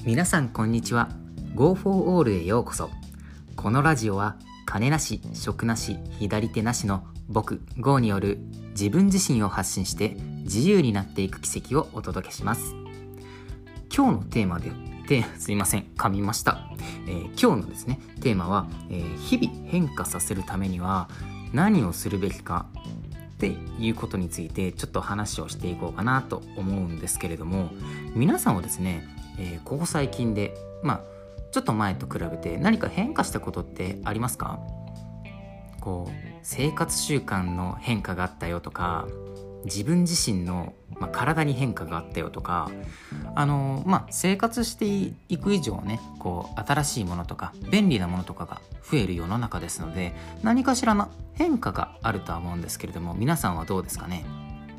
皆さんこんにちは。 Go for All へようこそ。このラジオは金なし職なし左手なしの僕 Go による自分自身を発信して自由になっていく奇跡をお届けします。今日のテーマですいません噛みました。今日のですねテーマは、日々変化させるためには何をするべきかっていうことについてちょっと話をしていこうかなと思うんですけれども、皆さんはですね、ここ最近でちょっと前と比べて何か変化したことってありますか？生活習慣の変化があったよとか、自分自身の、体に変化があったよとか、生活していく以上ね新しいものとか便利なものとかが増える世の中ですので、何かしらの変化があるとは思うんですけれども、皆さんはどうですかね。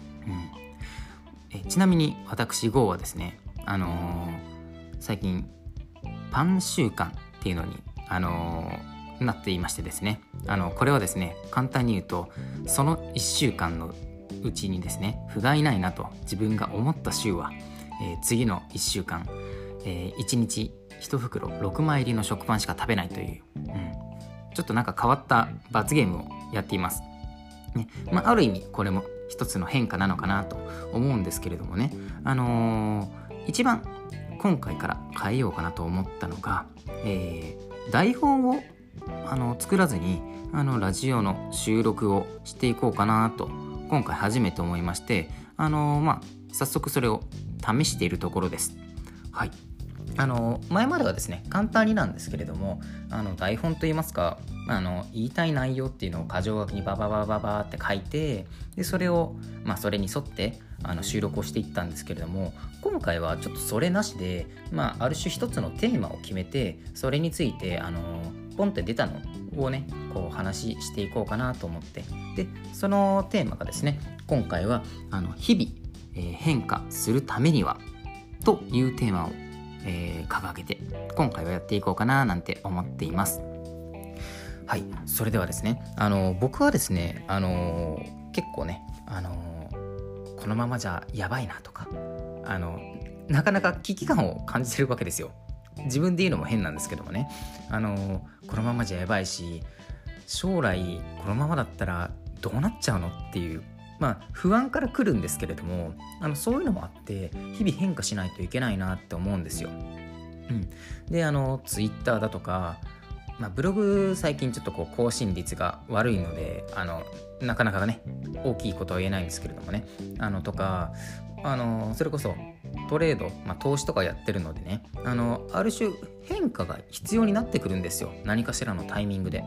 ちなみに私 GO はですね、最近パン習慣っていうのに、なっていましてですね、これはですね簡単に言うと、その1週間のうちにですね不甲斐ないなと自分が思った週は、次の1週間、1日1袋6枚入りの食パンしか食べないという、ちょっとなんか変わった罰ゲームをやっています、ある意味これも一つの変化なのかなと思うんですけれどもね、一番今回から変えようかなと思ったのが、台本を作らずにラジオの収録をしていこうかなと今回初めて思いまして、早速それを試しているところです。はい。前まではですね簡単になんですけれども、台本といいますか、言いたい内容っていうのを箇条書きにバババババって書いて、でそれを、それに沿って収録をしていったんですけれども、今回はちょっとそれなしで、ある種一つのテーマを決めて、それについてポンって出たのをね話していこうかなと思って、でそのテーマがですね、今回は日々、変化するためにはというテーマを掲げて今回はやっていこうかななんて思っています。はい、それではですね、僕はですね、結構ね、このままじゃやばいなとか、なかなか危機感を感じてるわけですよ。自分で言うのも変なんですけどもね、このままじゃやばいし、将来このままだったらどうなっちゃうのっていう不安から来るんですけれども、そういうのもあって日々変化しないといけないなって思うんですよ。でツイッターだとか、ブログ最近ちょっと更新率が悪いのでなかなかね大きいことは言えないんですけれどもね、とかそれこそトレード、投資とかやってるのでね、ある種変化が必要になってくるんですよ、何かしらのタイミングで。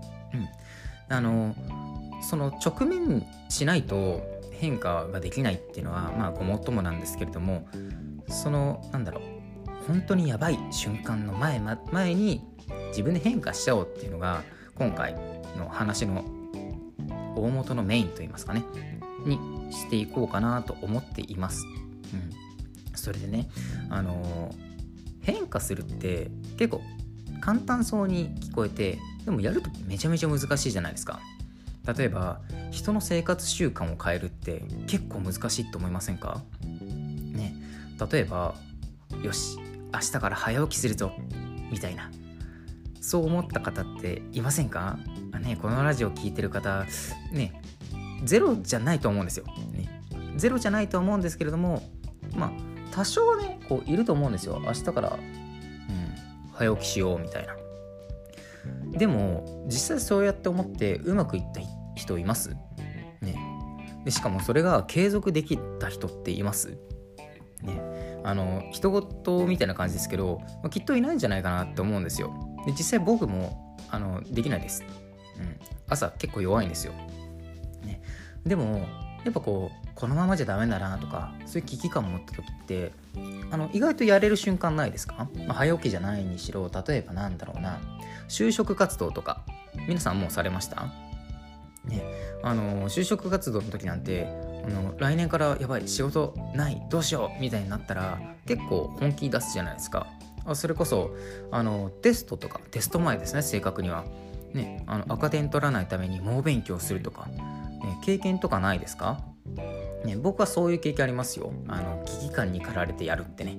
その直面しないと変化ができないっていうのはごもっともなんですけれども、その本当にやばい瞬間の前に自分で変化しちゃおうっていうのが今回の話の大元のメインといいますかねにしていこうかなと思っています。それでね、変化するって結構簡単そうに聞こえて、でもやるとめちゃめちゃ難しいじゃないですか。例えば人の生活習慣を変えるって結構難しいと思いませんかね。例えばよし明日から早起きするぞみたいな、そう思った方っていませんかね。このラジオ聞いてる方ね、ゼロじゃないと思うんですよ、ゼロじゃないと思うんですけれども、多少ねいると思うんですよ。明日から、早起きしようみたいな。でも実際そうやって思ってうまくいった人いますね。でしかもそれが継続できた人っていますね。人事みたいな感じですけど、きっといないんじゃないかなって思うんですよ。で実際僕もできないです、朝結構弱いんですよ、でもやっぱこのままじゃダメだなとか、そういう危機感を持った時って意外とやれる瞬間ないですか？早起きじゃないにしろ、例えば就職活動とか皆さんもうされましたね。就職活動の時なんて来年からやばい仕事ないどうしようみたいになったら結構本気出すじゃないですか。それこそテストとかテスト前ですね、正確にはね、赤点取らないために猛勉強するとか、経験とかないですか？僕はそういう経験ありますよ。危機感に駆られてやるってね、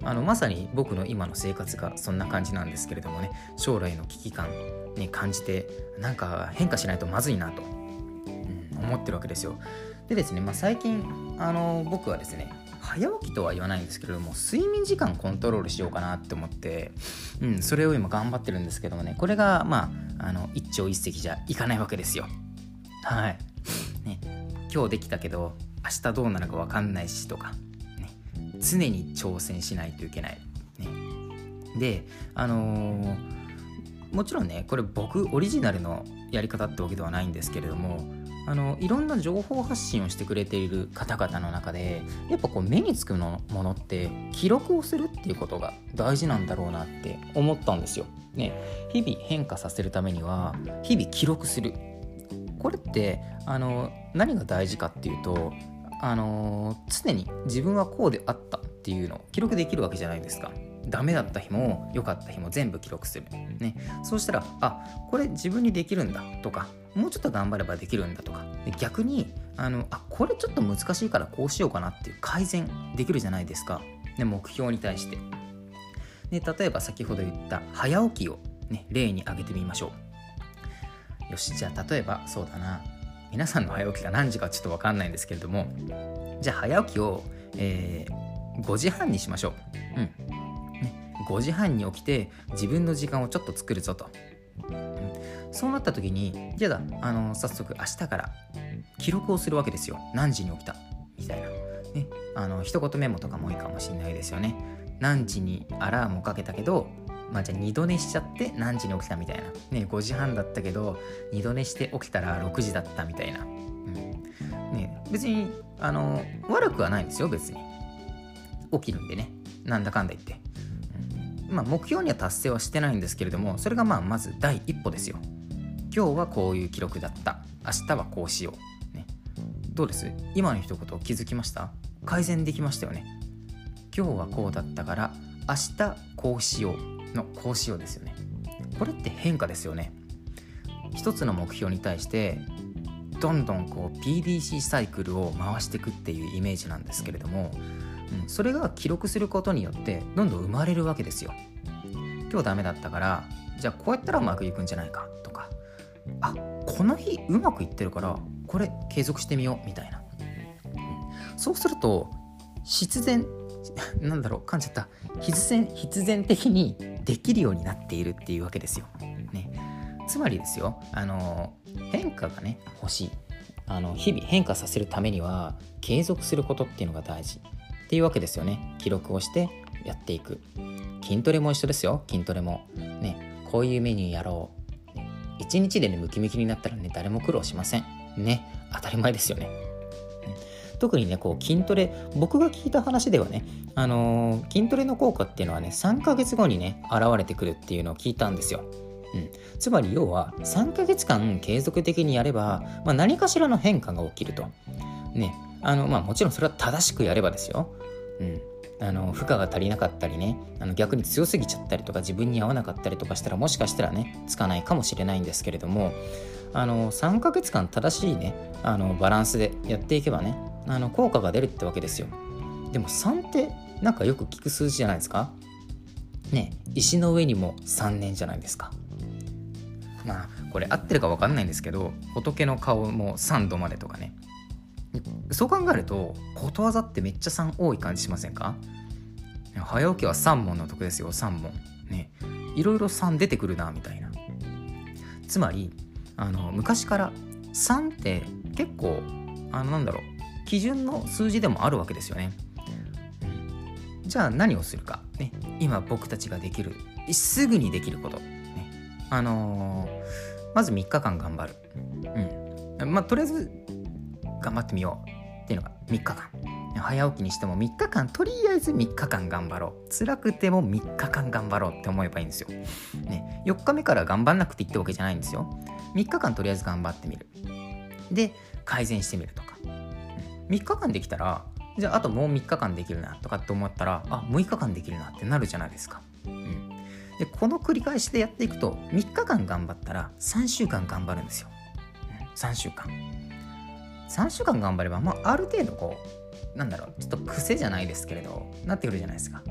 まさに僕の今の生活がそんな感じなんですけれどもね、将来の危機感に感じて、なんか変化しないとまずいなと、思ってるわけですよ。でですね、最近僕はですね、早起きとは言わないんですけれども、睡眠時間コントロールしようかなって思って、それを今頑張ってるんですけどもね、これが一朝一夕じゃいかないわけですよ。はい、ね、今日できたけど明日どうなるか分かんないしとか、ね、常に挑戦しないといけない、ね、でもちろんね、これ僕オリジナルのやり方ってわけではないんですけれども、いろんな情報発信をしてくれている方々の中で、やっぱ目につくものって記録をするっていうことが大事なんだろうなって思ったんですよ、ね。日々変化させるためには日々記録する、これって何が大事かっていうと、常に自分はこうであったっていうのを記録できるわけじゃないですか。ダメだった日も良かった日も全部記録する、ね、そうしたらこれ自分にできるんだとか、もうちょっと頑張ればできるんだとか、で逆にこれちょっと難しいからこうしようかなっていう改善できるじゃないですか、ね、目標に対して。で例えば先ほど言った早起きを、ね、例に挙げてみましょう。よし、じゃあ例えばそうだな、皆さんの早起きが何時かちょっと分かんないんですけれども、じゃあ早起きを、5時半にしましょう。5時半に起きて自分の時間をちょっと作るぞと、そうなった時に、じゃあ早速明日から記録をするわけですよ。何時に起きたみたいな、ね、一言メモとかもいいかもしれないですよね。何時にアラームをかけたけど、じゃあ二度寝しちゃって何時に起きたみたいな、ね、5時半だったけど二度寝して起きたら6時だったみたいな、別に悪くはないんですよ。別に起きるんでね、なんだかんだ言って、目標には達成はしてないんですけれども、それがまず第一歩ですよ。今日はこういう記録だった、明日はこうしよう、ね、どうです？今の一言気づきました？改善できましたよね。今日はこうだったから明日こうしようのこうしようですよね。これって変化ですよね。一つの目標に対してどんどんPDC サイクルを回していくっていうイメージなんですけれども、それが記録することによってどんどん生まれるわけですよ。今日ダメだったから、じゃあこうやったらうまくいくんじゃないかとか、この日うまくいってるからこれ継続してみようみたいな、そうすると必然的にできるようになっているっていうわけですよ、ね。つまりですよ、変化がね欲しい、日々変化させるためには継続することっていうのが大事っていうわけですよね。記録をしてやっていく。筋トレも一緒ですよ。筋トレもね、こういうメニューやろう、ね、1日でねムキムキになったらね誰も苦労しませんね。当たり前ですよね。特にね筋トレ、僕が聞いた話ではね、筋トレの効果っていうのはね3ヶ月後にね現れてくるっていうのを聞いたんですよ。つまり要は3ヶ月間継続的にやれば、何かしらの変化が起きるとね。もちろんそれは正しくやればですよ。負荷が足りなかったりね、逆に強すぎちゃったりとか自分に合わなかったりとかしたら、もしかしたらねつかないかもしれないんですけれども、3ヶ月間正しいねバランスでやっていけばね効果が出るってわけですよ。でも3ってなんかよく聞く数字じゃないですかね。石の上にも3年じゃないですか。これ合ってるか分かんないんですけど、仏の顔も3度までとかね、そう考えるとことわざってめっちゃ3多い感じしませんか？早起きは3問の得ですよ。3問ね、いろいろ3出てくるなみたいな。つまり昔から3って結構基準の数字でもあるわけですよね。じゃあ何をするか、ね、今僕たちができるすぐにできること、ね、まず3日間頑張る、とりあえず頑張ってみようっていうのが3日間。早起きにしても3日間、とりあえず3日間頑張ろう、辛くても3日間頑張ろうって思えばいいんですよ、ね。4日目から頑張んなくていいってわけじゃないんですよ。3日間とりあえず頑張ってみる、で改善してみるとか、3日間できたらじゃああともう3日間できるなとかって思ったら6日間できるなってなるじゃないですか、でこの繰り返しでやっていくと3日間頑張ったら3週間頑張るんですよ、3週間頑張れば、ある程度ちょっと癖じゃないですけれどなってくるじゃないですか。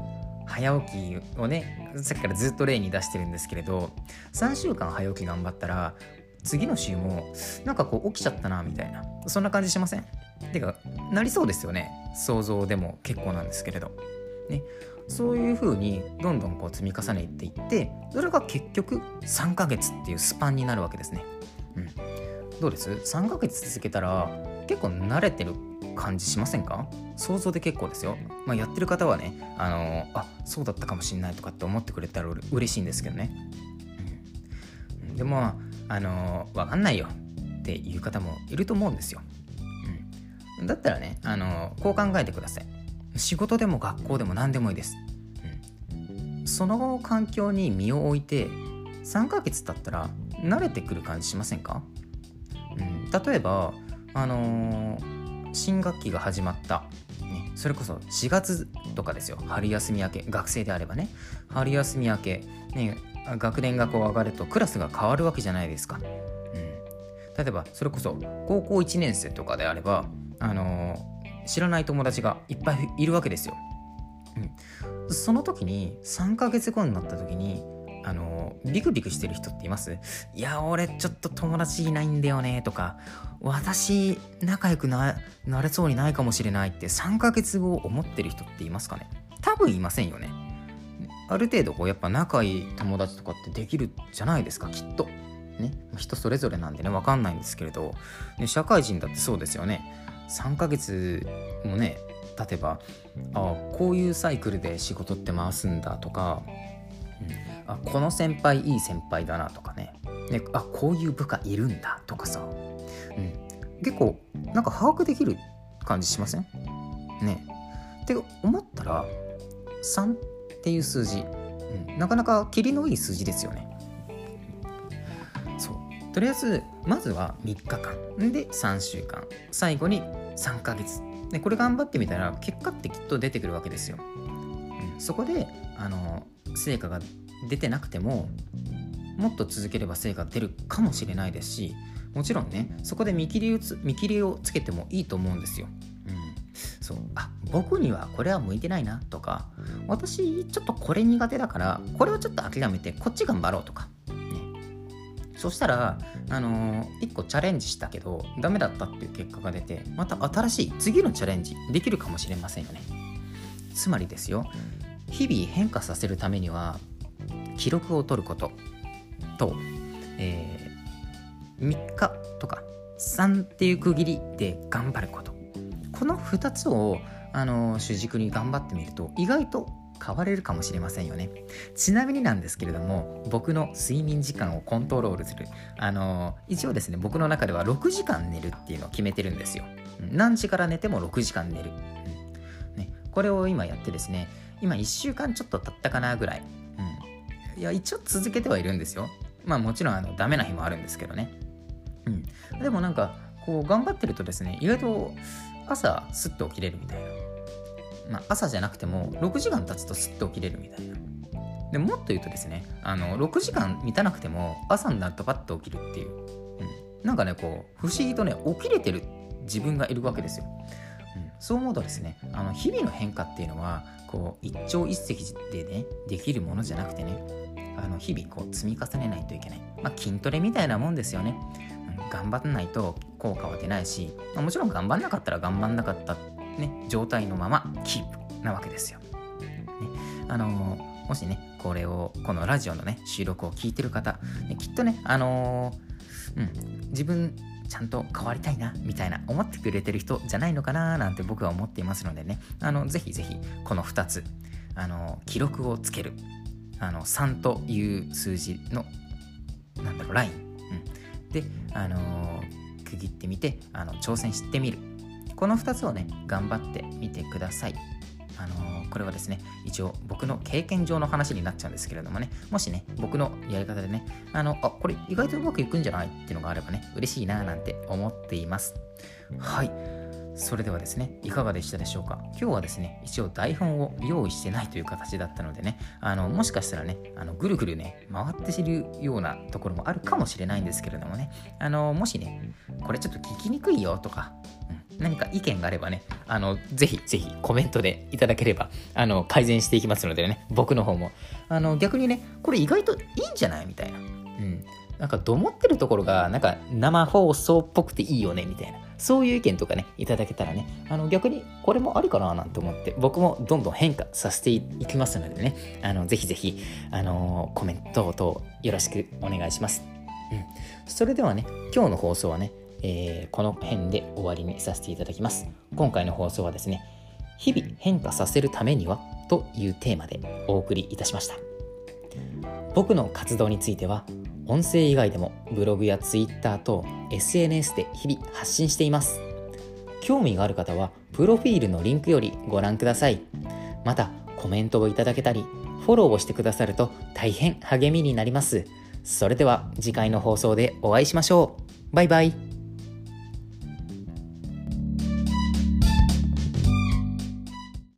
早起きをねさっきからずっと例に出してるんですけれど、3週間早起き頑張ったら次の週もなんかこう起きちゃったなみたいな、そんな感じしません？てかなりそうですよね。想像でも結構なんですけれどね。そういう風にどんどんこう積み重ねていって、それが結局3ヶ月っていうスパンになるわけですね。どうです？ 3 ヶ月続けたら結構慣れてる感じしませんか？想像で結構ですよ。やってる方はね、そうだったかもしれないとかって思ってくれたら嬉しいんですけどね。でもわかんないよっていう方もいると思うんですよ。だったらね、こう考えてください。仕事でも学校でも何でもいいです。その環境に身を置いて3ヶ月経ったら慣れてくる感じしませんか？例えば新学期が始まった、ね、それこそ4月とかですよ。春休み明け、学生であればね、春休み明け、ね、学年がこう上がるとクラスが変わるわけじゃないですか。例えばそれこそ高校1年生とかであれば知らない友達がいっぱいいるわけですよ。その時に3ヶ月後になった時にビクビクしてる人っています？いや俺ちょっと友達いないんだよねとか、私仲良くなれそうにないかもしれないって3ヶ月後思ってる人っていますかね？多分いませんよね。ある程度こうやっぱ仲いい友達とかってできるじゃないですか、きっとね。人それぞれなんでね、分かんないんですけれど、ね、社会人だってそうですよね。3ヶ月もね経てばこういうサイクルで仕事って回すんだとか、この先輩いい先輩だなとかね、こういう部下いるんだとかさ、結構なんか把握できる感じしません？ねって思ったら3っていう数字、なかなかキリのいい数字ですよね。そうとりあえずまずは3日間で3週間、最後に3ヶ月で、これ頑張ってみたら結果ってきっと出てくるわけですよ。そこで成果が出てなくてももっと続ければ成果が出るかもしれないですし、もちろんねそこで見切りをつけてもいいと思うんですよ。そう僕にはこれは向いてないなとか、私ちょっとこれ苦手だからこれをちょっと諦めてこっち頑張ろうとか、そしたら1個チャレンジしたけどダメだったっていう結果が出て、また新しい次のチャレンジできるかもしれませんよね。つまりですよ、日々変化させるためには記録を取ることと、3日とか3っていう区切りで頑張ること、この2つを主軸に頑張ってみると意外と変われるかもしれませんよね。ちなみになんですけれども、僕の睡眠時間をコントロールする一応ですね、僕の中では6時間寝るっていうのを決めてるんですよ。何時から寝ても6時間寝る、これを今やってですね、今1週間ちょっと経ったかなぐらい、いや一応続けてはいるんですよ。もちろんダメな日もあるんですけどね。でもなんかこう頑張ってるとですね、意外と朝スッと起きれるみたいな、朝じゃなくても6時間経つとスッと起きれるみたいな。でもっと言うとですね、6時間満たなくても朝になるとパッと起きるっていう、なんかねこう不思議とね起きれてる自分がいるわけですよ。そう思うとですね、日々の変化っていうのはこう一朝一夕でねできるものじゃなくてね、日々こう積み重ねないといけない、筋トレみたいなもんですよね。頑張らないと効果は出ないし、もちろん頑張んなかったら頑張んなかったね状態のままキープなわけですよ。もしねこのラジオのね収録を聞いてる方、きっとね自分ちゃんと変わりたいなみたいな思ってくれてる人じゃないのかななんて僕は思っていますのでね、ぜひぜひこの2つ記録をつける3という数字のライン、で区切ってみて挑戦してみる、この2つをね頑張ってみてください。これはですね一応僕の経験上の話になっちゃうんですけれどもね、もしね僕のやり方でねこれ意外とうまくいくんじゃないっていうのがあればね嬉しいななんて思っています。はい、それではですねいかがでしたでしょうか。今日はですね一応台本を用意してないという形だったのでねもしかしたらねぐるぐるね回っているようなところもあるかもしれないんですけれどもね、もしねこれちょっと聞きにくいよとか、 何か意見があればね、ぜひぜひコメントでいただければ、改善していきますのでね、僕の方も。逆にね、これ意外といいんじゃないみたいな。なんか、どもってるところが、なんか、生放送っぽくていいよね、みたいな。そういう意見とかね、いただけたらね、逆にこれもありかな、なんて思って、僕もどんどん変化させていきますのでね、ぜひぜひ、コメント等よろしくお願いします。それではね、今日の放送はね、この辺で終わりにさせていただきます。今回の放送はですね、日々変化させるためにはというテーマでお送りいたしました。僕の活動については、音声以外でもブログやツイッター等 SNS で日々発信しています。興味がある方はプロフィールのリンクよりご覧ください。またコメントをいただけたりフォローをしてくださると大変励みになります。それでは次回の放送でお会いしましょう。バイバイ。